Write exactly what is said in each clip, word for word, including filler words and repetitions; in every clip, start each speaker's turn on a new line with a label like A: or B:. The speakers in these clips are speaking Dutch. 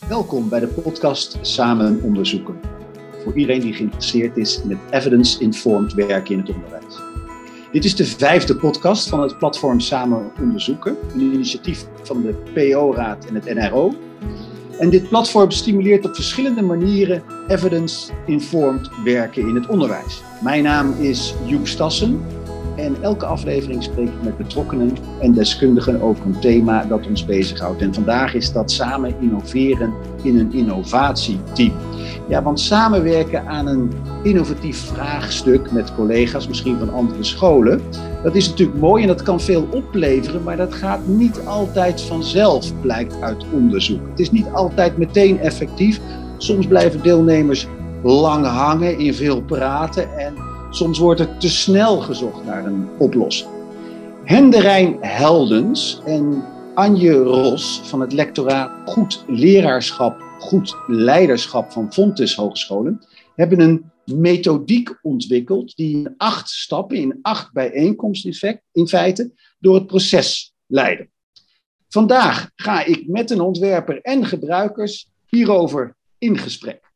A: Welkom bij de podcast Samen Onderzoeken. Voor iedereen die geïnteresseerd is in het evidence-informed werken in het onderwijs. Dit is de vijfde podcast van het platform Samen Onderzoeken, een initiatief van de P O-raad en het N R O. En dit platform stimuleert op verschillende manieren evidence-informed werken in het onderwijs. Mijn naam is Joep Stassen en elke aflevering spreek ik met betrokkenen en deskundigen over een thema dat ons bezighoudt. En vandaag is dat samen innoveren in een innovatieteam. Ja, want samenwerken aan een innovatief vraagstuk met collega's, misschien van andere scholen, dat is natuurlijk mooi en dat kan veel opleveren, maar dat gaat niet altijd vanzelf, blijkt uit onderzoek. Het is niet altijd meteen effectief. Soms blijven deelnemers lang hangen in veel praten en soms wordt er te snel gezocht naar een oplossing. Henderijn Heldens en Anje Ros van het lectoraat Goed Leraarschap, Goed Leiderschap van Fontys Hogescholen hebben een methodiek ontwikkeld die in acht stappen, in acht bijeenkomsten in feite, door het proces leiden. Vandaag ga ik met een ontwerper en gebruikers hierover in gesprek.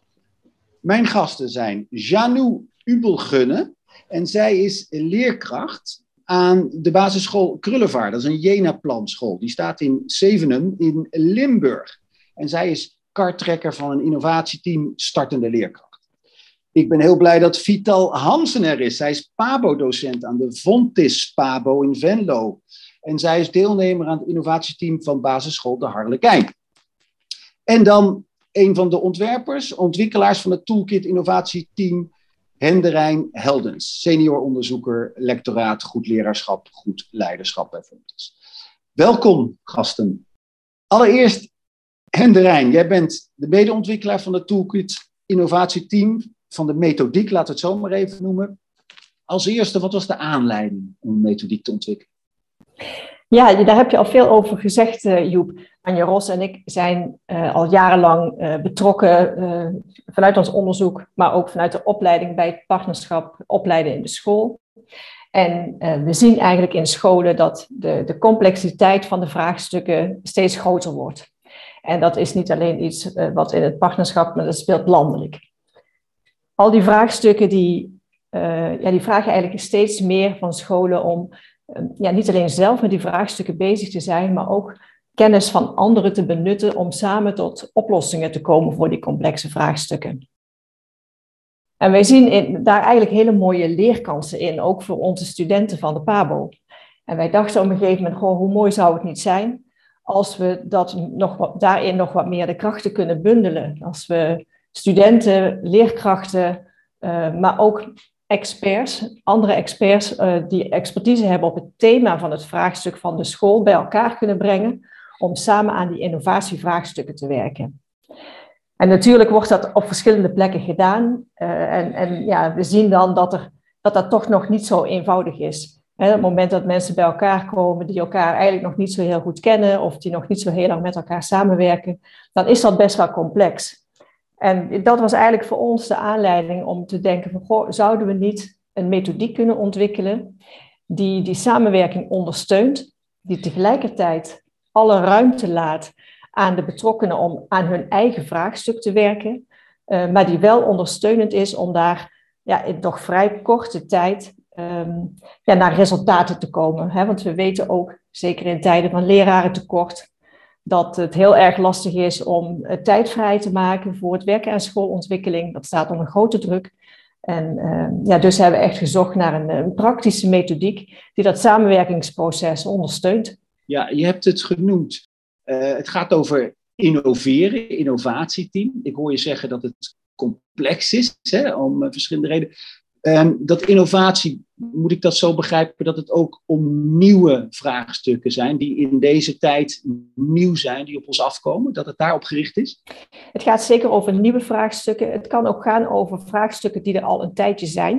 A: Mijn gasten zijn Janou Ubelgunne en zij is leerkracht aan de basisschool Krullevaart. Dat is een Jena-planschool. Die staat in Zevenum in Limburg. En zij is karttrekker van een innovatieteam Startende Leerkracht. Ik ben heel blij dat Vital Hansen er is. Zij is Pabo-docent aan de Fontys Pabo in Venlo. En zij is deelnemer aan het innovatieteam van basisschool De Harlekijn. En dan een van de ontwerpers, ontwikkelaars van het Toolkit innovatieteam Henderijn Heldens, senior onderzoeker, lectoraat, goed leraarschap, goed leiderschap bij Fontys. Welkom, gasten. Allereerst, Henderijn, jij bent de medeontwikkelaar van het Toolkit innovatieteam, van de methodiek, laten we het zo maar even noemen. Als eerste, wat was de aanleiding om een methodiek te ontwikkelen?
B: Ja, daar heb je al veel over gezegd, uh, Joep. Anje Ros en ik zijn uh, al jarenlang uh, betrokken uh, vanuit ons onderzoek, maar ook vanuit de opleiding bij het partnerschap opleiden in de school. En uh, we zien eigenlijk in scholen dat de, de complexiteit van de vraagstukken steeds groter wordt. En dat is niet alleen iets uh, wat in het partnerschap, maar dat speelt landelijk. Al die vraagstukken die, uh, ja, die vragen eigenlijk steeds meer van scholen om uh, ja, niet alleen zelf met die vraagstukken bezig te zijn, maar ook kennis van anderen te benutten om samen tot oplossingen te komen voor die complexe vraagstukken. En wij zien in, daar eigenlijk hele mooie leerkansen in, ook voor onze studenten van de Pabo. En wij dachten op een gegeven moment, goh, hoe mooi zou het niet zijn als we dat nog wat, daarin nog wat meer de krachten kunnen bundelen. Als we studenten, leerkrachten, uh, maar ook experts, andere experts uh, die expertise hebben op het thema van het vraagstuk van de school bij elkaar kunnen brengen om samen aan die innovatievraagstukken te werken. En natuurlijk wordt dat op verschillende plekken gedaan. Uh, en, en ja, we zien dan dat, er, dat dat toch nog niet zo eenvoudig is. He, op het moment dat mensen bij elkaar komen die elkaar eigenlijk nog niet zo heel goed kennen of die nog niet zo heel lang met elkaar samenwerken, dan is dat best wel complex. En dat was eigenlijk voor ons de aanleiding om te denken van, goh, zouden we niet een methodiek kunnen ontwikkelen die die samenwerking ondersteunt, die tegelijkertijd alle ruimte laat aan de betrokkenen om aan hun eigen vraagstuk te werken, uh, maar die wel ondersteunend is om daar ja, in toch vrij korte tijd um, ja, naar resultaten te komen. Hè? Want we weten ook, zeker in tijden van lerarentekort, dat het heel erg lastig is om uh, tijd vrij te maken voor het werken aan schoolontwikkeling. Dat staat onder grote druk. En uh, ja, dus hebben we echt gezocht naar een, een praktische methodiek die dat samenwerkingsproces ondersteunt.
A: Ja, je hebt het genoemd. Uh, het gaat over innoveren, innovatieteam. Ik hoor je zeggen dat het complex is, hè, om uh, verschillende redenen. Um, dat innovatie, moet ik dat zo begrijpen, dat het ook om nieuwe vraagstukken zijn die in deze tijd nieuw zijn, die op ons afkomen, dat het daarop gericht is?
B: Het gaat zeker over nieuwe vraagstukken. Het kan ook gaan over vraagstukken die er al een tijdje zijn.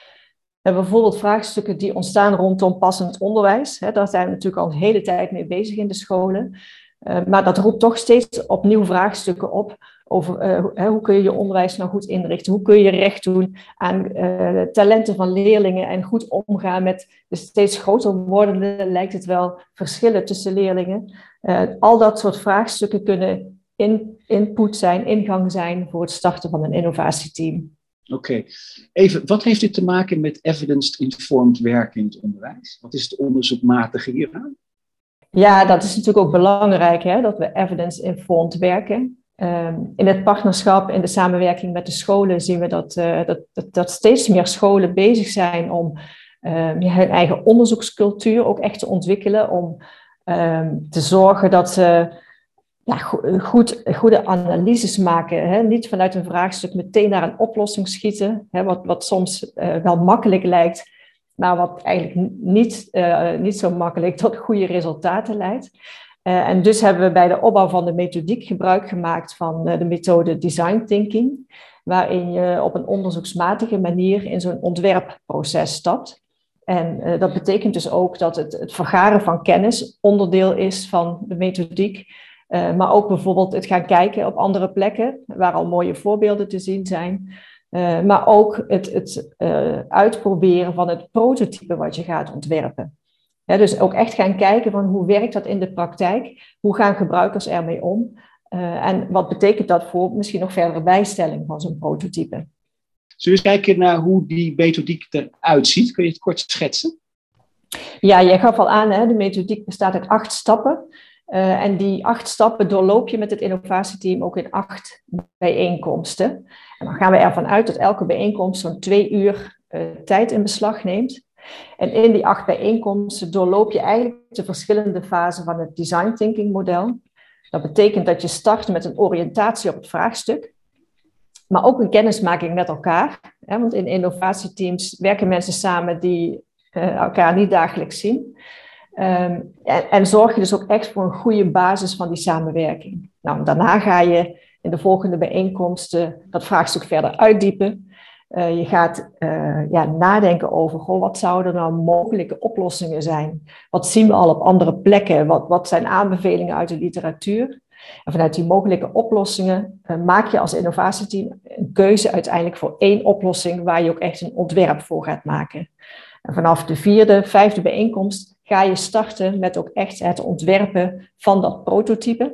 B: We hebben bijvoorbeeld vraagstukken die ontstaan rondom passend onderwijs. Daar zijn we natuurlijk al een hele tijd mee bezig in de scholen. Uh, maar dat roept toch steeds opnieuw vraagstukken op over uh, hoe kun je je onderwijs nou goed inrichten. Hoe kun je recht doen aan uh, talenten van leerlingen en goed omgaan met de steeds groter wordende, lijkt het wel, verschillen tussen leerlingen. Uh, al dat soort vraagstukken kunnen in, input zijn, ingang zijn voor het starten van een innovatieteam.
A: Oké, okay. Even, wat heeft dit te maken met evidence-informed werken in het onderwijs? Wat is het onderzoekmatige hieraan?
B: Ja, dat is natuurlijk ook belangrijk, hè, dat we evidence-informed werken. Um, in het partnerschap, in de samenwerking met de scholen zien we dat, uh, dat, dat, dat steeds meer scholen bezig zijn om um, ja, hun eigen onderzoekscultuur ook echt te ontwikkelen. Om um, te zorgen dat ze ja, go- goed, goede analyses maken. Hè? Niet vanuit een vraagstuk meteen naar een oplossing schieten, hè? Wat, wat soms uh, wel makkelijk lijkt, maar wat eigenlijk niet, uh, niet zo makkelijk tot goede resultaten leidt. Uh, en dus hebben we bij de opbouw van de methodiek gebruik gemaakt van uh, de methode design thinking, waarin je op een onderzoeksmatige manier in zo'n ontwerpproces stapt. En uh, dat betekent dus ook dat het, het vergaren van kennis onderdeel is van de methodiek, uh, maar ook bijvoorbeeld het gaan kijken op andere plekken, waar al mooie voorbeelden te zien zijn. Uh, maar ook het, het uh, uitproberen van het prototype wat je gaat ontwerpen. Ja, dus ook echt gaan kijken van hoe werkt dat in de praktijk? Hoe gaan gebruikers ermee om? Uh, en wat betekent dat voor misschien nog verdere bijstelling van zo'n prototype?
A: Zullen we eens kijken naar hoe die methodiek eruit ziet? Kun je het kort schetsen?
B: Ja, jij gaf al aan, hè, de methodiek bestaat uit acht stappen. Uh, en die acht stappen doorloop je met het innovatieteam ook in acht bijeenkomsten. En dan gaan we ervan uit dat elke bijeenkomst zo'n twee uur uh, tijd in beslag neemt. En in die acht bijeenkomsten doorloop je eigenlijk de verschillende fasen van het design thinking model. Dat betekent dat je start met een oriëntatie op het vraagstuk, maar ook een kennismaking met elkaar. Hè, want in innovatieteams werken mensen samen die uh, elkaar niet dagelijks zien. Um, en, en zorg je dus ook echt voor een goede basis van die samenwerking. Nou, daarna ga je in de volgende bijeenkomsten dat vraagstuk verder uitdiepen. Uh, je gaat uh, ja, nadenken over, goh, wat zouden nou mogelijke oplossingen zijn? Wat zien we al op andere plekken? Wat, wat zijn aanbevelingen uit de literatuur? En vanuit die mogelijke oplossingen uh, maak je als innovatieteam een keuze uiteindelijk voor één oplossing waar je ook echt een ontwerp voor gaat maken. En vanaf de vierde, vijfde bijeenkomst ga je starten met ook echt het ontwerpen van dat prototype.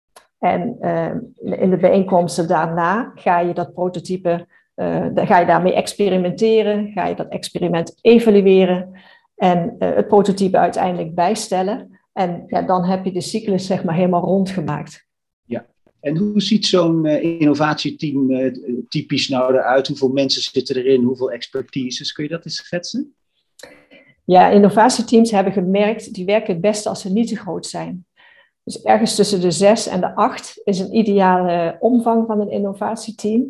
B: En uh, in de bijeenkomsten daarna ga je dat prototype, uh, ga je daarmee experimenteren, ga je dat experiment evalueren en uh, het prototype uiteindelijk bijstellen. En ja, dan heb je de cyclus zeg maar helemaal rondgemaakt.
A: Ja, en hoe ziet zo'n uh, innovatieteam uh, typisch nou eruit? Hoeveel mensen zitten erin? Hoeveel expertises? Kun je dat eens schetsen?
B: Ja, innovatieteams hebben gemerkt, die werken het beste als ze niet te groot zijn. Dus ergens tussen de zes en de acht is een ideale omvang van een innovatieteam.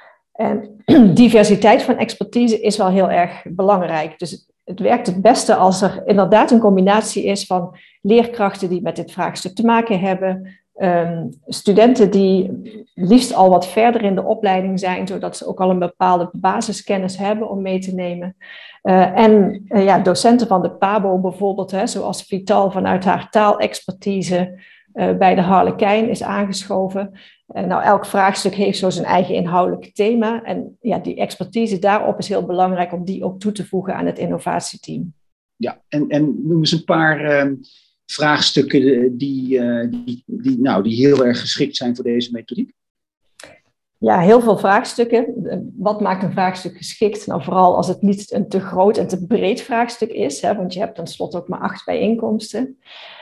B: En diversiteit van expertise is wel heel erg belangrijk. Dus het werkt het beste als er inderdaad een combinatie is van leerkrachten die met dit vraagstuk te maken hebben, um, studenten die liefst al wat verder in de opleiding zijn, zodat ze ook al een bepaalde basiskennis hebben om mee te nemen. Uh, en uh, ja, docenten van de PABO bijvoorbeeld, hè, zoals Vital vanuit haar taalexpertise uh, bij de Harlekijn is aangeschoven. Uh, nou, elk vraagstuk heeft zo zijn eigen inhoudelijk thema. En ja, die expertise daarop is heel belangrijk om die ook toe te voegen aan het innovatieteam.
A: Ja, en, en noem eens een paar uh, vraagstukken die, uh, die, die, nou, die heel erg geschikt zijn voor deze methodiek.
B: Ja, heel veel vraagstukken. Wat maakt een vraagstuk geschikt? Nou, vooral als het niet een te groot en te breed vraagstuk is, hè, want je hebt tenslotte ook maar acht bijeenkomsten.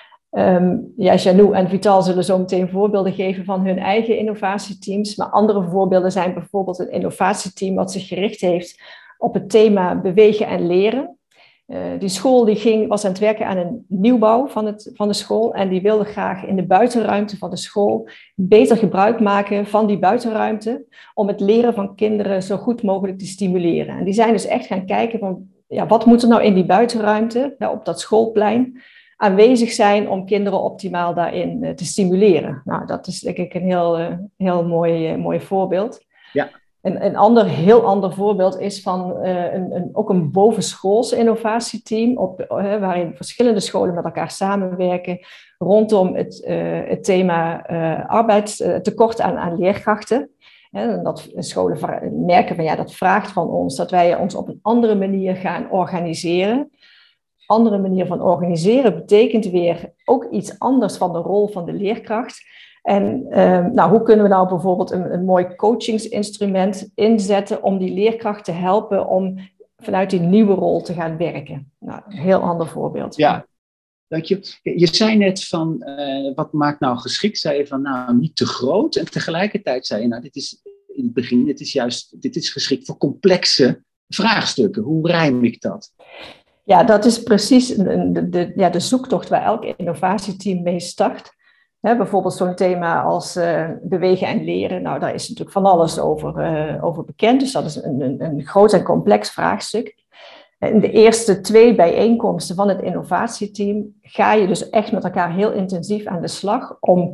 B: Um, ja, Janou en Vital zullen zo meteen voorbeelden geven van hun eigen innovatieteams, maar andere voorbeelden zijn bijvoorbeeld een innovatieteam wat zich gericht heeft op het thema bewegen en leren. Uh, die school die ging, was aan het werken aan een nieuwbouw van, het, van de school en die wilde graag in de buitenruimte van de school beter gebruik maken van die buitenruimte om het leren van kinderen zo goed mogelijk te stimuleren. En die zijn dus echt gaan kijken van, ja, wat moet er nou in die buitenruimte, ja, op dat schoolplein, aanwezig zijn om kinderen optimaal daarin uh, te stimuleren. Nou, dat is denk ik een heel, uh, heel mooi, uh, mooi voorbeeld.
A: Ja.
B: Een, een ander, heel ander voorbeeld is van uh, een, een, ook een bovenschoolse innovatieteam, op, uh, waarin verschillende scholen met elkaar samenwerken rondom het, uh, het thema uh, arbeidstekort aan, aan leerkrachten. En dat scholen merken van ja, dat vraagt van ons dat wij ons op een andere manier gaan organiseren. Andere manier van organiseren betekent weer ook iets anders van de rol van de leerkracht. En uh, nou, hoe kunnen we nou bijvoorbeeld een, een mooi coachingsinstrument inzetten om die leerkracht te helpen om vanuit die nieuwe rol te gaan werken? Nou, een heel ander voorbeeld.
A: Ja, dank je. Je zei net van, uh, wat maakt nou geschikt? Zei je van, nou, niet te groot. En tegelijkertijd zei je, nou, dit is in het begin, dit is juist, dit is geschikt voor complexe vraagstukken. Hoe rijm ik dat?
B: Ja, dat is precies de, de, de, ja, de zoektocht waar elk innovatieteam mee start. He, bijvoorbeeld zo'n thema als uh, bewegen en leren. Nou, daar is natuurlijk van alles over, uh, over bekend. Dus dat is een, een, een groot en complex vraagstuk. In de eerste twee bijeenkomsten van het innovatieteam ga je dus echt met elkaar heel intensief aan de slag om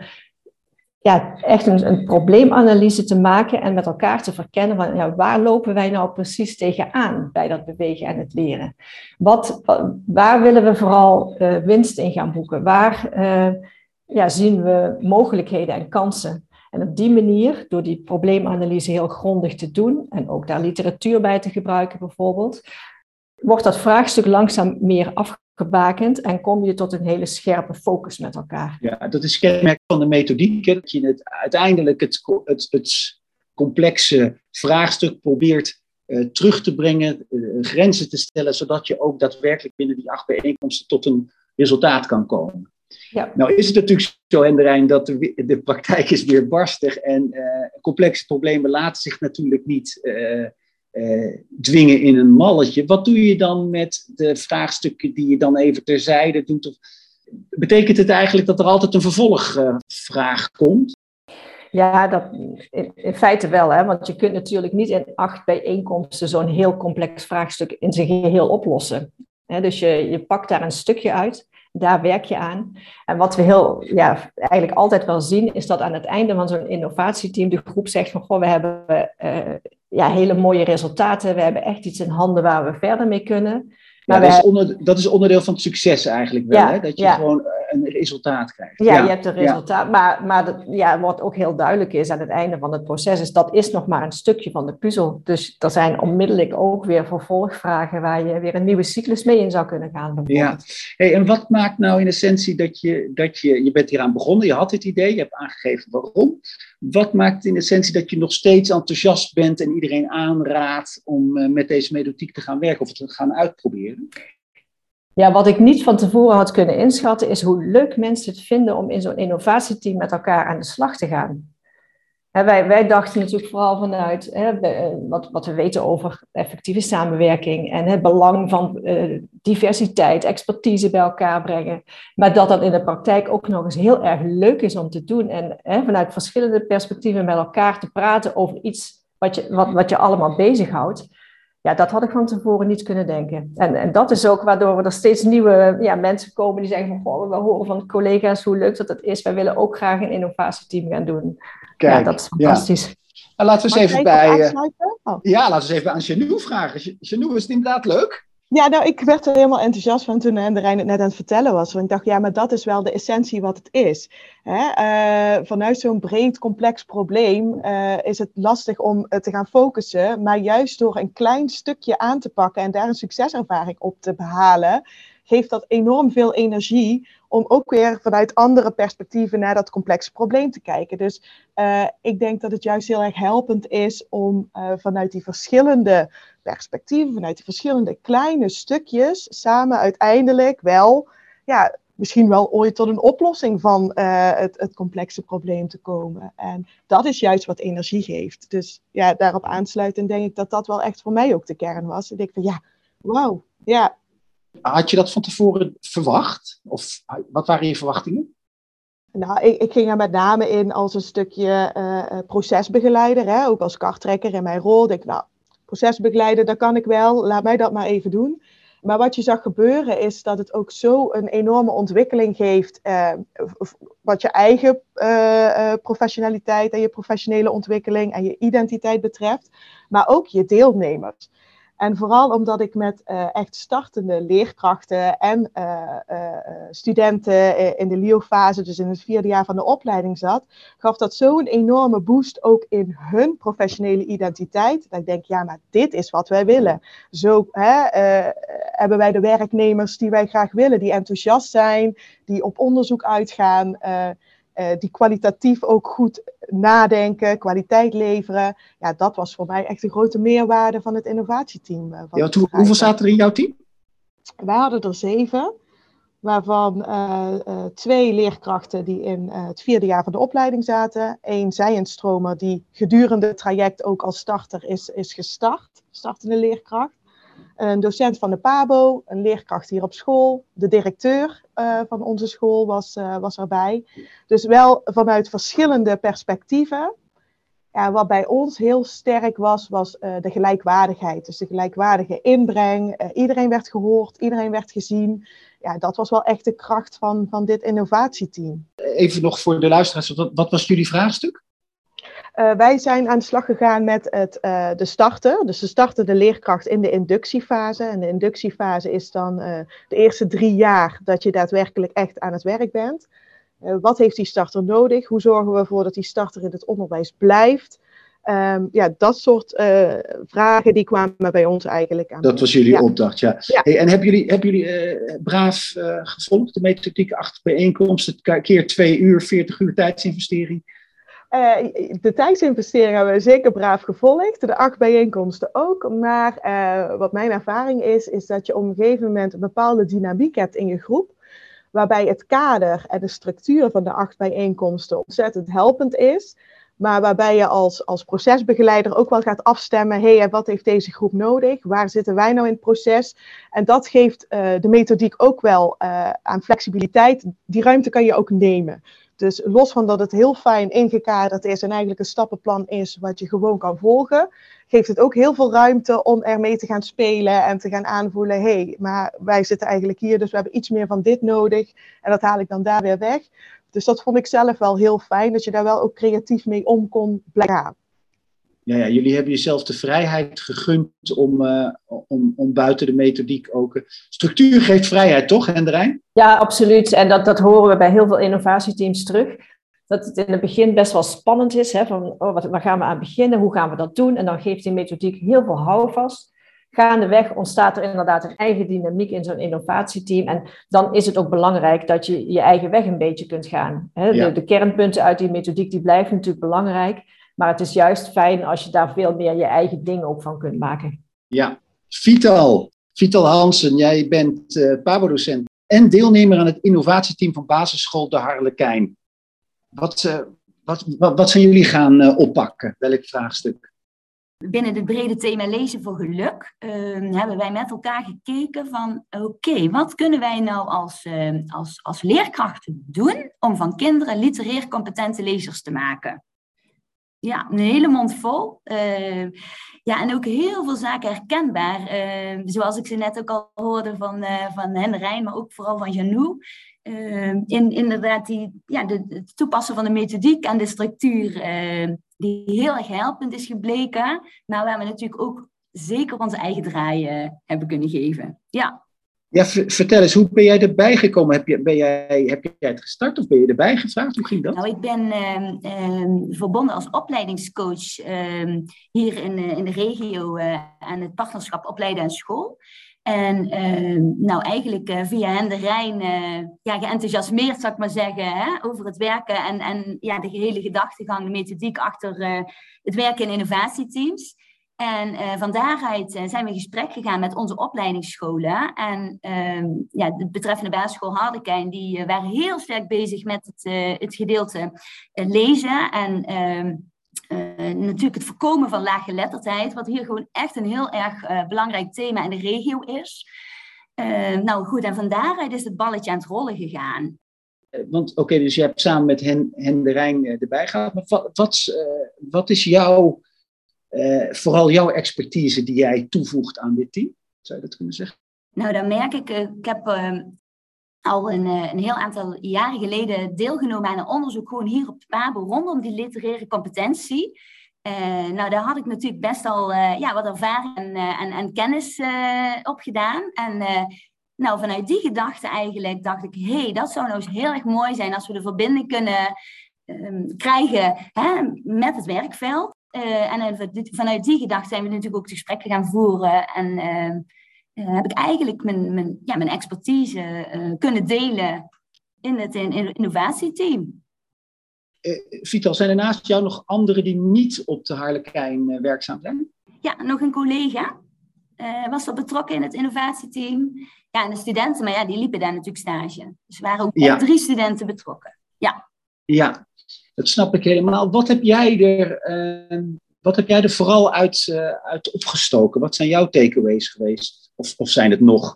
B: ja, echt een, een probleemanalyse te maken en met elkaar te verkennen van ja, waar lopen wij nou precies tegenaan bij dat bewegen en het leren. Wat, waar willen we vooral uh, winst in gaan boeken? Waar uh, ja, zien we mogelijkheden en kansen? En op die manier, door die probleemanalyse heel grondig te doen en ook daar literatuur bij te gebruiken bijvoorbeeld, wordt dat vraagstuk langzaam meer afgebakend en kom je tot een hele scherpe focus met elkaar.
A: Ja, dat is kenmerk van de methodiek, dat je het, uiteindelijk het, het, het complexe vraagstuk probeert uh, terug te brengen, uh, grenzen te stellen, zodat je ook daadwerkelijk binnen die acht bijeenkomsten tot een resultaat kan komen. Ja. Nou is het natuurlijk zo, Henderijn, dat de, de praktijk is weer barstig en uh, complexe problemen laten zich natuurlijk niet Uh, Uh, dwingen in een malletje. Wat doe je dan met de vraagstukken die je dan even terzijde doet? Of, betekent het eigenlijk dat er altijd een vervolgvraag uh, komt?
B: Ja, dat, in, in feite wel. Hè? Want je kunt natuurlijk niet in acht bijeenkomsten zo'n heel complex vraagstuk in zijn geheel oplossen. Hè? Dus je, je pakt daar een stukje uit. Daar werk je aan. En wat we heel, ja, eigenlijk altijd wel zien, is dat aan het einde van zo'n innovatieteam de groep zegt van, goh, we hebben uh, ja, hele mooie resultaten, we hebben echt iets in handen waar we verder mee kunnen. Maar
A: ja, dat, is onder, dat is onderdeel van het succes eigenlijk wel, ja, hè? Dat je ja. gewoon een resultaat krijgt.
B: Ja, ja. je hebt een resultaat, ja. maar, maar dat, ja, wat ook heel duidelijk is aan het einde van het proces, is dat is nog maar een stukje van de puzzel. Dus er zijn onmiddellijk ook weer vervolgvragen waar je weer een nieuwe cyclus mee in zou kunnen gaan.
A: Ja, hey, en wat maakt nou in essentie dat je, dat je, je bent hieraan begonnen, je had dit idee, je hebt aangegeven waarom. Wat maakt in essentie dat je nog steeds enthousiast bent en iedereen aanraadt om uh, met deze methodiek te gaan werken of het te gaan uitproberen?
B: Ja, wat ik niet van tevoren had kunnen inschatten is hoe leuk mensen het vinden om in zo'n innovatieteam met elkaar aan de slag te gaan. He, wij, wij dachten natuurlijk vooral vanuit he, wat, wat we weten over effectieve samenwerking en het belang van uh, diversiteit, expertise bij elkaar brengen. Maar dat dat in de praktijk ook nog eens heel erg leuk is om te doen en he, vanuit verschillende perspectieven met elkaar te praten over iets wat je, wat, wat je allemaal bezighoudt. Ja, dat had ik van tevoren niet kunnen denken. En, en dat is ook waardoor we er steeds nieuwe ja, mensen komen die zeggen van, goh, we horen van collega's hoe leuk dat het is. Wij willen ook graag een innovatieteam gaan doen. Kijk, ja, dat is fantastisch. Ja.
A: Nou, laten we eens even bij uh, oh. ja, laten we eens even aan Janou vragen. Janou, is het inderdaad leuk?
C: Ja, nou, ik werd er helemaal enthousiast van toen Henderijn het net aan het vertellen was. Want ik dacht, ja, maar dat is wel de essentie wat het is. Hè? Uh, vanuit zo'n breed, complex probleem uh, is het lastig om uh, te gaan focussen. Maar juist door een klein stukje aan te pakken en daar een succeservaring op te behalen, geeft dat enorm veel energie om ook weer vanuit andere perspectieven naar dat complexe probleem te kijken. Dus uh, ik denk dat het juist heel erg helpend is om uh, vanuit die verschillende perspectieven, vanuit die verschillende kleine stukjes, samen uiteindelijk wel, ja, misschien wel ooit tot een oplossing van uh, het, het complexe probleem te komen. En dat is juist wat energie geeft. Dus ja, daarop aansluitend denk ik dat dat wel echt voor mij ook de kern was. Ik denk van ja, wauw, ja.
A: Had je dat van tevoren verwacht? Of wat waren je verwachtingen?
C: Nou, ik, ik ging er met name in als een stukje uh, procesbegeleider, hè? Ook als karttrekker in mijn rol. Ik denk, nou, procesbegeleider, dat kan ik wel, laat mij dat maar even doen. Maar wat je zag gebeuren is dat het ook zo een enorme ontwikkeling geeft, uh, wat je eigen uh, uh, professionaliteit en je professionele ontwikkeling en je identiteit betreft, maar ook je deelnemers. En vooral omdat ik met uh, echt startende leerkrachten en uh, uh, studenten in de L I O-fase, dus in het vierde jaar van de opleiding zat, gaf dat zo'n enorme boost ook in hun professionele identiteit. Dat ik denk, ja, maar dit is wat wij willen. Zo hè, uh, hebben wij de werknemers die wij graag willen, die enthousiast zijn, die op onderzoek uitgaan. Uh, uh, die kwalitatief ook goed nadenken, kwaliteit leveren. Ja, dat was voor mij echt de grote meerwaarde van het innovatieteam. Uh,
A: ja, hoe, hoeveel zaten er in jouw team?
C: Wij hadden er zeven. Waarvan uh, uh, twee leerkrachten die in uh, het vierde jaar van de opleiding zaten. Eén zijendstromer die gedurende het traject ook als starter is, is gestart. Startende leerkracht. Een docent van de P A B O, een leerkracht hier op school. De directeur uh, van onze school was, uh, was erbij. Dus wel vanuit verschillende perspectieven. Ja, wat bij ons heel sterk was, was uh, de gelijkwaardigheid. Dus de gelijkwaardige inbreng. Uh, iedereen werd gehoord, iedereen werd gezien. Ja, dat was wel echt de kracht van, van dit innovatieteam.
A: Even nog voor de luisteraars, wat, wat was jullie vraagstuk?
C: Uh, wij zijn aan de slag gegaan met het, uh, de starter. Dus de starter de leerkracht in de inductiefase. En de inductiefase is dan uh, de eerste drie jaar dat je daadwerkelijk echt aan het werk bent. Uh, wat heeft die starter nodig? Hoe zorgen we ervoor dat die starter in het onderwijs blijft? Um, ja, dat soort uh, vragen die kwamen bij ons eigenlijk aan.
A: Dat was jullie
C: ja.
A: opdracht, ja. ja. Hey, en hebben jullie, hebben jullie uh, braaf uh, gevolgd, de methodiek acht bijeenkomsten, keer twee uur, veertig uur tijdsinvestering?
C: Uh, de tijdsinvestering hebben we zeker braaf gevolgd, de acht bijeenkomsten ook. Maar uh, wat mijn ervaring is, is dat je op een gegeven moment een bepaalde dynamiek hebt in je groep. Waarbij het kader en de structuur van de acht bijeenkomsten ontzettend helpend is. Maar waarbij je als, als procesbegeleider ook wel gaat afstemmen. Hé, hey, wat heeft deze groep nodig? Waar zitten wij nou in het proces? En dat geeft uh, de methodiek ook wel uh, aan flexibiliteit. Die ruimte kan je ook nemen. Dus los van dat het heel fijn ingekaderd is en eigenlijk een stappenplan is wat je gewoon kan volgen, geeft het ook heel veel ruimte om ermee te gaan spelen en te gaan aanvoelen. Hé, hey, maar wij zitten eigenlijk hier, dus we hebben iets meer van dit nodig. En dat haal ik dan daar weer weg. Dus dat vond ik zelf wel heel fijn, dat je daar wel ook creatief mee om kon blijven.
A: Ja, ja, jullie hebben jezelf de vrijheid gegund om, uh, om, om buiten de methodiek ook... Uh, structuur geeft vrijheid, toch, Henderijn?
B: Ja, absoluut. En dat, dat horen we bij heel veel innovatieteams terug. Dat het in het begin best wel spannend is. Hè, van, oh, wat, waar gaan we aan beginnen? Hoe gaan we dat doen? En dan geeft die methodiek heel veel houvast. Gaandeweg ontstaat er inderdaad een eigen dynamiek in zo'n innovatieteam. En dan is het ook belangrijk dat je je eigen weg een beetje kunt gaan. Hè? Ja. De, de kernpunten uit die methodiek die blijven natuurlijk belangrijk. Maar het is juist fijn als je daar veel meer je eigen ding ook van kunt maken.
A: Ja, Vital. Vital Hansen, jij bent uh, P A B O-docent en deelnemer aan het innovatieteam van basisschool De Harlekijn. Wat, uh, wat, wat, wat zijn jullie gaan uh, oppakken? Welk vraagstuk?
D: Binnen het brede thema lezen voor geluk uh, hebben wij met elkaar gekeken van oké, okay, wat kunnen wij nou als, uh, als, als leerkrachten doen om van kinderen literair competente lezers te maken? Ja, een hele mond vol. Uh, ja, en ook heel veel zaken herkenbaar. Uh, zoals ik ze net ook al hoorde van, uh, van Henderijn, maar ook vooral van Janou. Uh, in, inderdaad, die, ja, de, het toepassen van de methodiek en de structuur, uh, die heel erg helpend is gebleken. Maar waar we natuurlijk ook zeker onze eigen draai uh, hebben kunnen geven. Ja.
A: Ja, vertel eens, hoe ben jij erbij gekomen? Heb, je, ben jij, heb jij het gestart of ben je erbij gevraagd? Hoe ging dat?
D: Nou, ik ben uh, uh, verbonden als opleidingscoach uh, hier in, uh, in de regio uh, aan het partnerschap Opleiden en School. En uh, nou eigenlijk uh, via Henderijn uh, ja, geenthousiasmeerd, zou ik maar zeggen, hè, over het werken en, en ja, de gehele gedachtegang, de methodiek achter uh, het werken in innovatieteams. En uh, van daaruit uh, zijn we in gesprek gegaan met onze opleidingsscholen. En uh, ja, de betreffende basisschool Harlekijn, die uh, waren heel sterk bezig met het, uh, het gedeelte uh, lezen. En uh, uh, natuurlijk het voorkomen van laaggeletterdheid, wat hier gewoon echt een heel erg uh, belangrijk thema in de regio is. Uh, nou goed, en van daaruit is het balletje aan het rollen gegaan.
A: Want oké, okay, dus je hebt samen met Hen, Henderijn uh, erbij gehaald. Maar wat, wat, uh, wat is jouw... Uh, vooral jouw expertise die jij toevoegt aan dit team? Zou je dat kunnen zeggen?
D: Nou, dan merk ik, uh, ik heb uh, al een, uh, een heel aantal jaren geleden deelgenomen aan een onderzoek gewoon hier op de P A B O rondom die literaire competentie. Uh, nou, daar had ik natuurlijk best al uh, ja, wat ervaring en, uh, en, en kennis uh, op gedaan. En uh, nou, vanuit die gedachte eigenlijk dacht ik, hé, hey, dat zou nou eens heel erg mooi zijn als we de verbinding kunnen uh, krijgen hè, met het werkveld. Uh, en uh, vanuit die gedachte zijn we natuurlijk ook gesprekken gaan voeren. En uh, uh, heb ik eigenlijk mijn, mijn, ja, mijn expertise uh, kunnen delen in het in, in innovatieteam.
A: uh, Vital, zijn er naast jou nog anderen die niet op de Harlekijn uh, werkzaam zijn?
D: Ja, nog een collega. Uh, was er betrokken in het innovatieteam. Ja, en de studenten, maar ja, die liepen daar natuurlijk stage. Dus er waren ook ja. drie studenten betrokken. Ja.
A: Ja, dat snap ik helemaal. Wat heb jij er, uh, wat heb jij er vooral uit, uh, uit opgestoken? Wat zijn jouw takeaways geweest? Of, of zijn het nog?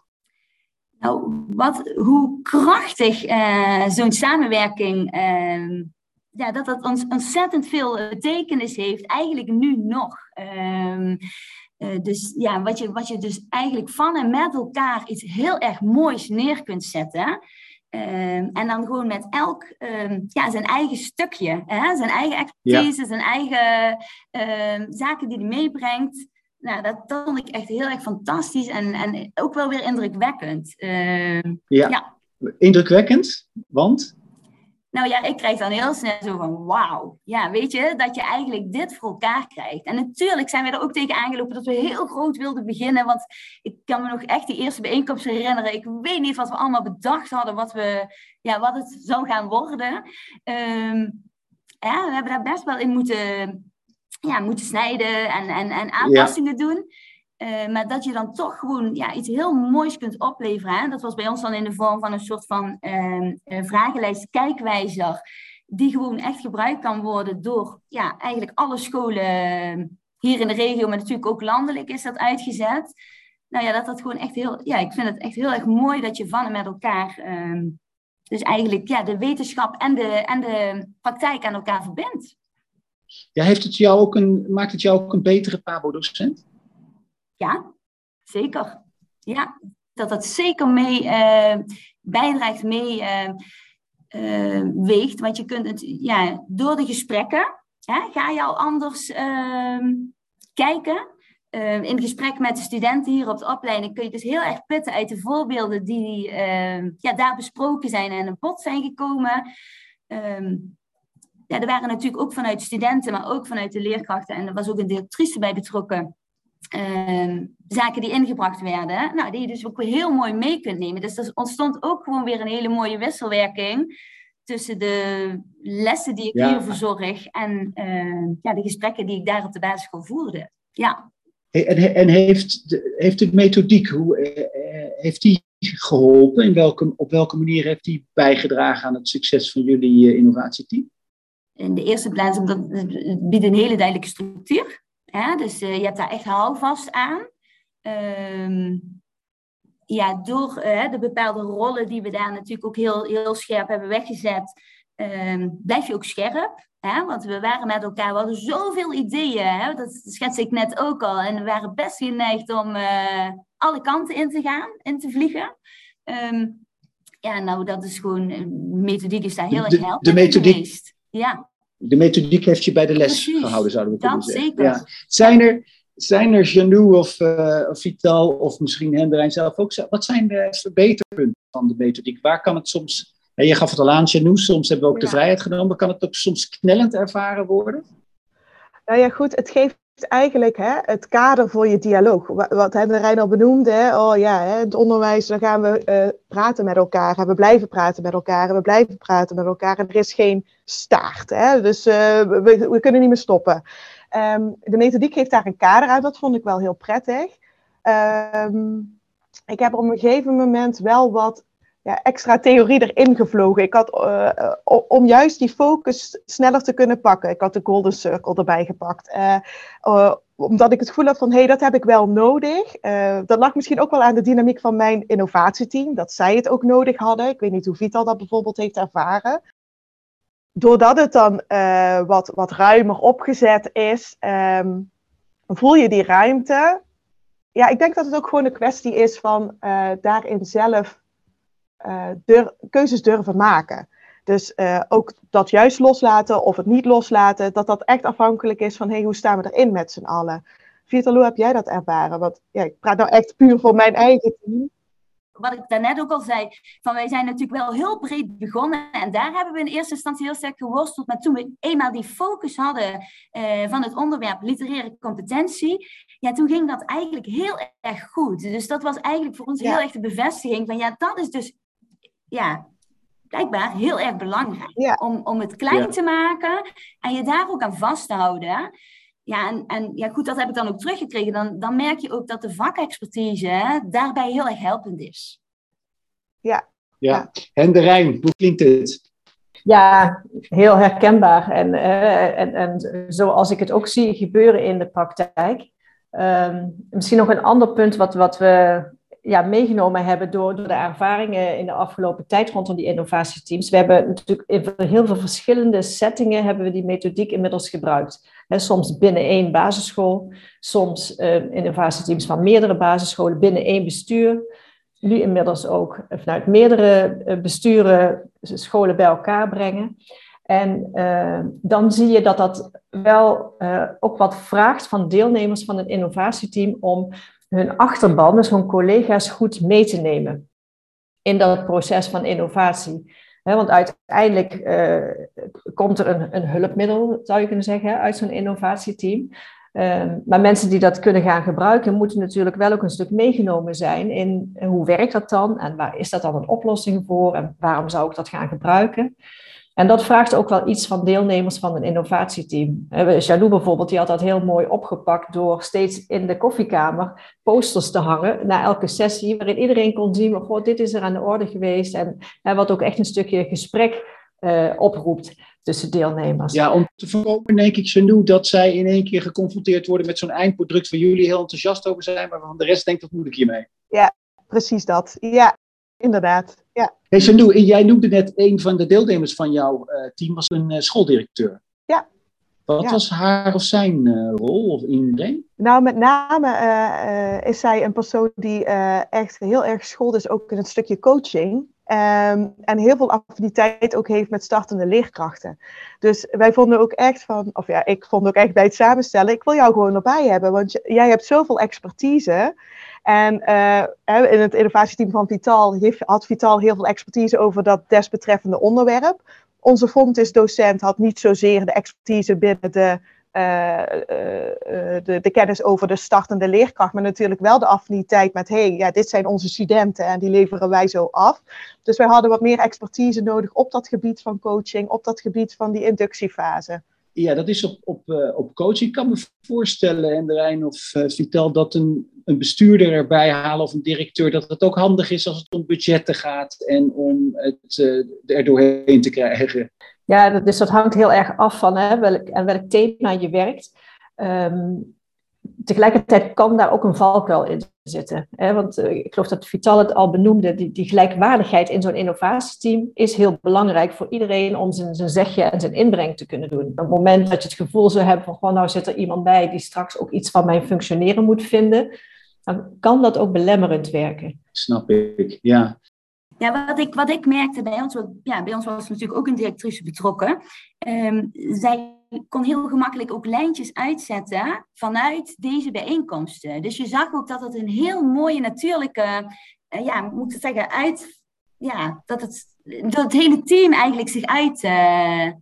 D: Nou, wat, hoe krachtig uh, zo'n samenwerking... Uh, ja, dat dat ons ontzettend veel betekenis heeft. Eigenlijk nu nog. Uh, Uh, dus ja, wat je, wat je dus eigenlijk van en met elkaar iets heel erg moois neer kunt zetten. Uh, en dan gewoon met elk uh, ja, zijn eigen stukje. Hè? Zijn eigen expertise, ja. zijn eigen uh, zaken die hij meebrengt. Nou, dat, dat vond ik echt heel erg fantastisch en, en ook wel weer indrukwekkend. Uh,
A: ja. ja, indrukwekkend, want...
D: Nou ja, ik krijg dan heel snel zo van wauw. Ja, weet je, dat je eigenlijk dit voor elkaar krijgt. En natuurlijk zijn we er ook tegen aangelopen dat we heel groot wilden beginnen. Want ik kan me nog echt die eerste bijeenkomst herinneren. Ik weet niet wat we allemaal bedacht hadden, wat, we, ja, wat het zou gaan worden. Um, ja, we hebben daar best wel in moeten, ja, moeten snijden en, en, en aanpassingen ja. doen. Uh, maar dat je dan toch gewoon ja, iets heel moois kunt opleveren. Hè? Dat was bij ons dan in de vorm van een soort van uh, uh, vragenlijst kijkwijzer. Die gewoon echt gebruikt kan worden door ja, eigenlijk alle scholen hier in de regio. Maar natuurlijk ook landelijk is dat uitgezet. Nou ja, dat dat gewoon echt heel... Ja, ik vind het echt heel erg mooi dat je van en met elkaar... Uh, dus eigenlijk ja, de wetenschap en de, en de praktijk aan elkaar verbindt.
A: Ja, heeft het jou ook een, maakt het jou ook een betere Pabo-docent?
D: Ja, zeker. Ja, dat dat zeker mee uh, bijdraagt, mee uh, uh, weegt. Want je kunt het, ja, door de gesprekken, hè, ga je al anders uh, kijken. Uh, in gesprek met de studenten hier op de opleiding kun je dus heel erg putten uit de voorbeelden die uh, ja, daar besproken zijn en aan bod zijn gekomen. Um, ja, er waren natuurlijk ook vanuit studenten, maar ook vanuit de leerkrachten. En er was ook een directrice bij betrokken. Uh, zaken die ingebracht werden, nou, die je dus ook weer heel mooi mee kunt nemen. Dus er ontstond ook gewoon weer een hele mooie wisselwerking tussen de lessen die ik ja. hier verzorg en uh, ja, de gesprekken die ik daar op de basisschool voerde. Ja.
A: En, en heeft, de, heeft de methodiek, hoe, uh, heeft die geholpen? In welke, op welke manier heeft die bijgedragen aan het succes van jullie uh, innovatieteam?
D: In de eerste plaats, omdat het biedt een hele duidelijke structuur. Ja, dus uh, je hebt daar echt houvast aan. Um, ja, door uh, de bepaalde rollen die we daar natuurlijk ook heel, heel scherp hebben weggezet, um, blijf je ook scherp. Hè? Want we waren met elkaar, we hadden zoveel ideeën. Hè? Dat schets ik net ook al. En we waren best geneigd om uh, alle kanten in te gaan, in te vliegen. Um, ja, nou, dat is gewoon, de methodiek is daar heel erg helpend
A: de methodiek.
D: geweest. Ja.
A: De methodiek heeft je bij de les
D: Precies,
A: gehouden, zouden we kunnen
D: dat
A: zeggen.
D: Zeker.
A: Ja. Zijn er, zijn er Janou of, uh, of Vital of misschien Henderijn zelf ook, wat zijn de verbeterpunten van de methodiek? Waar kan het soms, hè, je gaf het al aan Janou, soms hebben we ook ja. de vrijheid genomen, kan het ook soms knellend ervaren worden?
C: Nou ja, goed, het geeft eigenlijk hè, het kader voor je dialoog. Wat Henderijn al benoemde, hè? Oh ja, hè, het onderwijs, dan gaan we uh, praten met elkaar. En we blijven praten met elkaar en we blijven praten met elkaar. En er is geen staart, hè? Dus uh, we, we kunnen niet meer stoppen. Um, de methodiek geeft daar een kader uit, dat vond ik wel heel prettig. Um, ik heb op een gegeven moment wel wat ja, extra theorie erin gevlogen. Ik had, uh, uh, om juist die focus sneller te kunnen pakken. Ik had de Golden Circle erbij gepakt. Uh, uh, omdat ik het gevoel had van, hé, hey, dat heb ik wel nodig. Uh, dat lag misschien ook wel aan de dynamiek van mijn innovatieteam. Dat zij het ook nodig hadden. Ik weet niet hoe Vital dat bijvoorbeeld heeft ervaren. Doordat het dan uh, wat, wat ruimer opgezet is, um, voel je die ruimte. Ja, ik denk dat het ook gewoon een kwestie is van uh, daarin zelf uh, dur- keuzes durven maken. Dus uh, ook dat juist loslaten of het niet loslaten, dat dat echt afhankelijk is van, hey, hoe staan we erin met z'n allen? Vital, hoe heb jij dat ervaren? Want ja, ik praat nou echt puur voor mijn eigen team.
D: Wat ik daarnet ook al zei, van wij zijn natuurlijk wel heel breed begonnen en daar hebben we in eerste instantie heel sterk geworsteld. Maar toen we eenmaal die focus hadden uh, van het onderwerp literaire competentie, ja, toen ging dat eigenlijk heel erg goed. Dus dat was eigenlijk voor ons ja. heel erg de bevestiging van ja, dat is dus, ja, blijkbaar heel erg belangrijk.
C: Ja.
D: Om, om het klein
A: Ja.
D: te maken en je daar ook aan vast te houden. Ja, en, en ja, goed, dat heb ik dan ook teruggekregen. Dan, dan merk je ook dat de vakexpertise daarbij heel erg helpend is.
C: Ja.
A: Ja. Henderijn, hoe klinkt het?
B: Ja, heel herkenbaar. En, uh, en, en zoals ik het ook zie gebeuren in de praktijk. Um, misschien nog een ander punt wat, wat we ja, meegenomen hebben door, door de ervaringen in de afgelopen tijd rondom die innovatieteams. We hebben natuurlijk in heel veel verschillende settingen hebben we die methodiek inmiddels gebruikt. He, soms binnen één basisschool, soms uh, innovatieteams van meerdere basisscholen binnen één bestuur. Nu inmiddels ook vanuit meerdere besturen scholen bij elkaar brengen. En uh, dan zie je dat dat wel uh, ook wat vraagt van deelnemers van een innovatieteam om hun achterban, dus hun collega's, goed mee te nemen in dat proces van innovatie. He, want uiteindelijk uh, komt er een, een hulpmiddel, zou je kunnen zeggen, uit zo'n innovatieteam. Uh, maar mensen die dat kunnen gaan gebruiken, moeten natuurlijk wel ook een stuk meegenomen zijn in hoe werkt dat dan en waar is dat dan een oplossing voor en waarom zou ik dat gaan gebruiken. En dat vraagt ook wel iets van deelnemers van een innovatieteam. Jalou bijvoorbeeld, die had dat heel mooi opgepakt door steeds in de koffiekamer posters te hangen na elke sessie, waarin iedereen kon zien, goh, dit is er aan de orde geweest en, en wat ook echt een stukje gesprek uh, oproept tussen deelnemers.
A: Ja, om te voorkomen denk ik, Jalou, dat zij in één keer geconfronteerd worden met zo'n eindproduct waar jullie heel enthousiast over zijn, maar van de rest denkt, wat moet ik hiermee?
C: Ja, precies dat. Ja, inderdaad. Ja.
A: Hey Jalou, jij noemde net een van de deelnemers van jouw uh, team was een uh, schooldirecteur.
C: Ja.
A: Wat
C: ja.
A: was haar of zijn uh, rol of inbreng?
C: Nou, met name uh, uh, is zij een persoon die uh, echt heel erg geschoold is, ook in het stukje coaching. Um, en heel veel affiniteit ook heeft met startende leerkrachten. Dus wij vonden ook echt van, of ja, ik vond ook echt bij het samenstellen, ik wil jou gewoon erbij hebben, want je, jij hebt zoveel expertise. En uh, in het innovatieteam van Vital heeft, had Vital heel veel expertise over dat desbetreffende onderwerp. Onze Fontis-docent had niet zozeer de expertise binnen de, uh, uh, de, de kennis over de startende leerkracht, maar natuurlijk wel de affiniteit met, hey, ja, dit zijn onze studenten en die leveren wij zo af. Dus wij hadden wat meer expertise nodig op dat gebied van coaching, op dat gebied van die inductiefase.
A: Ja, dat is op, op, uh, op coaching. Ik kan me voorstellen, Henderijn of uh, Vital, dat een, een bestuurder erbij halen of een directeur, dat het ook handig is als het om budgetten gaat en om het uh, er doorheen te krijgen.
B: Ja, dus dat hangt heel erg af van hè, welk, en welk thema je werkt. Um, tegelijkertijd kan daar ook een valkuil in zitten. Hè? Want uh, ik geloof dat Vital het al benoemde, die, die gelijkwaardigheid in zo'n innovatieteam is heel belangrijk voor iedereen om zijn, zijn zegje en zijn inbreng te kunnen doen. Op het moment dat je het gevoel zou hebben van, gewoon, nou zit er iemand bij die straks ook iets van mijn functioneren moet vinden, dan kan dat ook belemmerend werken.
A: Snap ik, ja.
D: Ja, wat ik, wat ik merkte bij ons, ja, bij ons was natuurlijk ook een directrice betrokken. Um, zij kon heel gemakkelijk ook lijntjes uitzetten vanuit deze bijeenkomsten. Dus je zag ook dat het een heel mooie natuurlijke, uh, ja, moet ik zeggen, uit, ja, dat het, dat het hele team eigenlijk zich uitzette.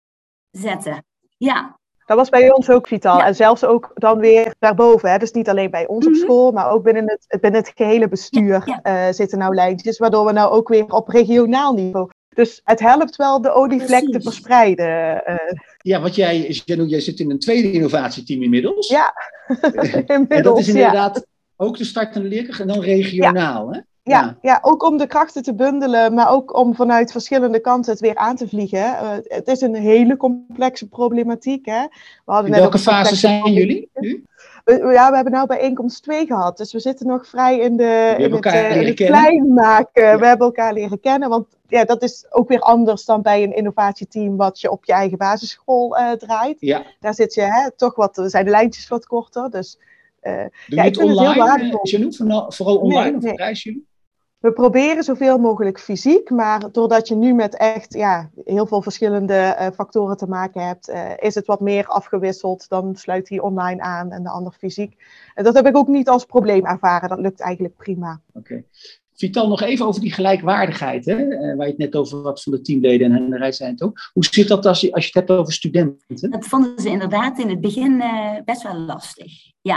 D: Uh, ja.
C: Dat was bij ons ook Vital.
D: Ja.
C: En zelfs ook dan weer daarboven. Hè. Dus niet alleen bij ons mm-hmm. op school, maar ook binnen het, binnen het gehele bestuur ja, ja. Uh, zitten nou lijntjes. Waardoor we nou ook weer op regionaal niveau. Dus het helpt wel de olievlek te verspreiden. Uh.
A: Ja, want jij, Jalou, jij zit in een tweede innovatieteam inmiddels.
C: Ja,
A: inmiddels. En dat is inderdaad ja. ook de startende leerkracht en dan regionaal,
C: ja.
A: hè?
C: Ja, ja. ja, ook om de krachten te bundelen, maar ook om vanuit verschillende kanten het weer aan te vliegen. Uh, het is een hele complexe problematiek. Hè? We hadden
A: in
C: net
A: welke fase zijn jullie nu?
C: We, ja, we hebben nou bijeenkomst twee gehad, dus we zitten nog vrij in, de, in het, uh, in het klein maken. Ja. We hebben elkaar leren kennen, want ja, dat is ook weer anders dan bij een innovatieteam wat je op je eigen basisschool uh, draait. Ja. Daar zit je hè, toch wat, zijn de lijntjes wat korter. Dus, uh,
A: Doe
C: ja,
A: je
C: ik
A: het online,
C: het heel waardevol.
A: Jalou, vooral online nee, of
C: nee.
A: reis jullie?
C: We proberen zoveel mogelijk fysiek, maar doordat je nu met echt ja, heel veel verschillende uh, factoren te maken hebt, uh, is het wat meer afgewisseld. Dan sluit die online aan en de ander fysiek. En dat heb ik ook niet als probleem ervaren. Dat lukt eigenlijk prima.
A: Oké. Okay. Vital, nog even over die gelijkwaardigheid, hè? Uh, waar je het net over had van de teamleden en Henderijn zei het ook. Hoe zit dat als je, als je het hebt over studenten?
D: Dat vonden ze inderdaad in het begin uh, best wel lastig, ja.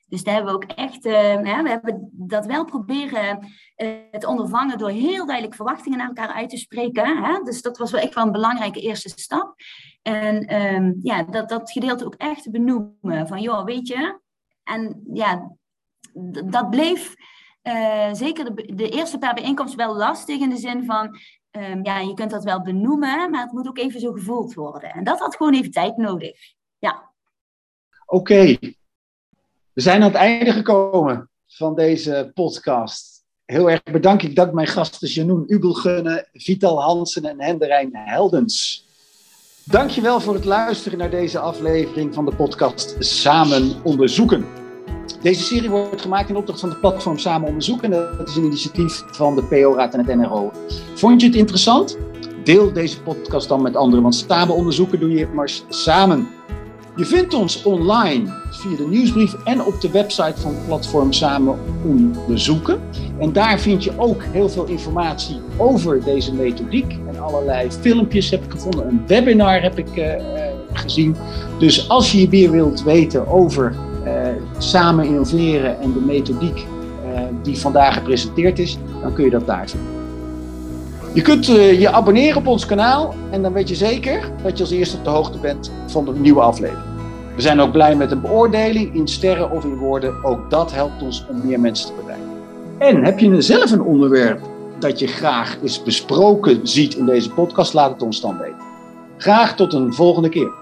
D: Dus daar hebben we ook echt, uh, ja, we hebben dat wel proberen uh, te ondervangen door heel duidelijk verwachtingen naar elkaar uit te spreken. Hè? Dus dat was wel echt wel een belangrijke eerste stap. En um, ja, dat, dat gedeelte ook echt te benoemen. Van joh, weet je, en ja, d- dat bleef uh, zeker de, de eerste paar bijeenkomsten wel lastig in de zin van, um, ja, je kunt dat wel benoemen, maar het moet ook even zo gevoeld worden. En dat had gewoon even tijd nodig. Ja.
A: Oké. Okay. We zijn aan het einde gekomen van deze podcast. Heel erg bedankt. Ik dank mijn gasten Jeroen Ubelgunne, Vital Hansen en Henderijn Heldens. Dankjewel voor het luisteren naar deze aflevering van de podcast Samen Onderzoeken. Deze serie wordt gemaakt in opdracht van het platform Samen Onderzoeken. Dat is een initiatief van de P O-raad en het N R O. Vond je het interessant? Deel deze podcast dan met anderen, want samen onderzoeken doe je maar samen. Je vindt ons online via de nieuwsbrief en op de website van het platform Samen Onderzoeken. En daar vind je ook heel veel informatie over deze methodiek. En allerlei filmpjes heb ik gevonden. Een webinar heb ik uh, gezien. Dus als je meer wilt weten over uh, samen innoveren en de methodiek uh, die vandaag gepresenteerd is, dan kun je dat daar vinden. Je kunt uh, je abonneren op ons kanaal en dan weet je zeker dat je als eerste op de hoogte bent van de nieuwe aflevering. We zijn ook blij met een beoordeling in sterren of in woorden. Ook dat helpt ons om meer mensen te bereiken. En heb je zelf een onderwerp dat je graag eens besproken ziet in deze podcast? Laat het ons dan weten. Graag tot een volgende keer.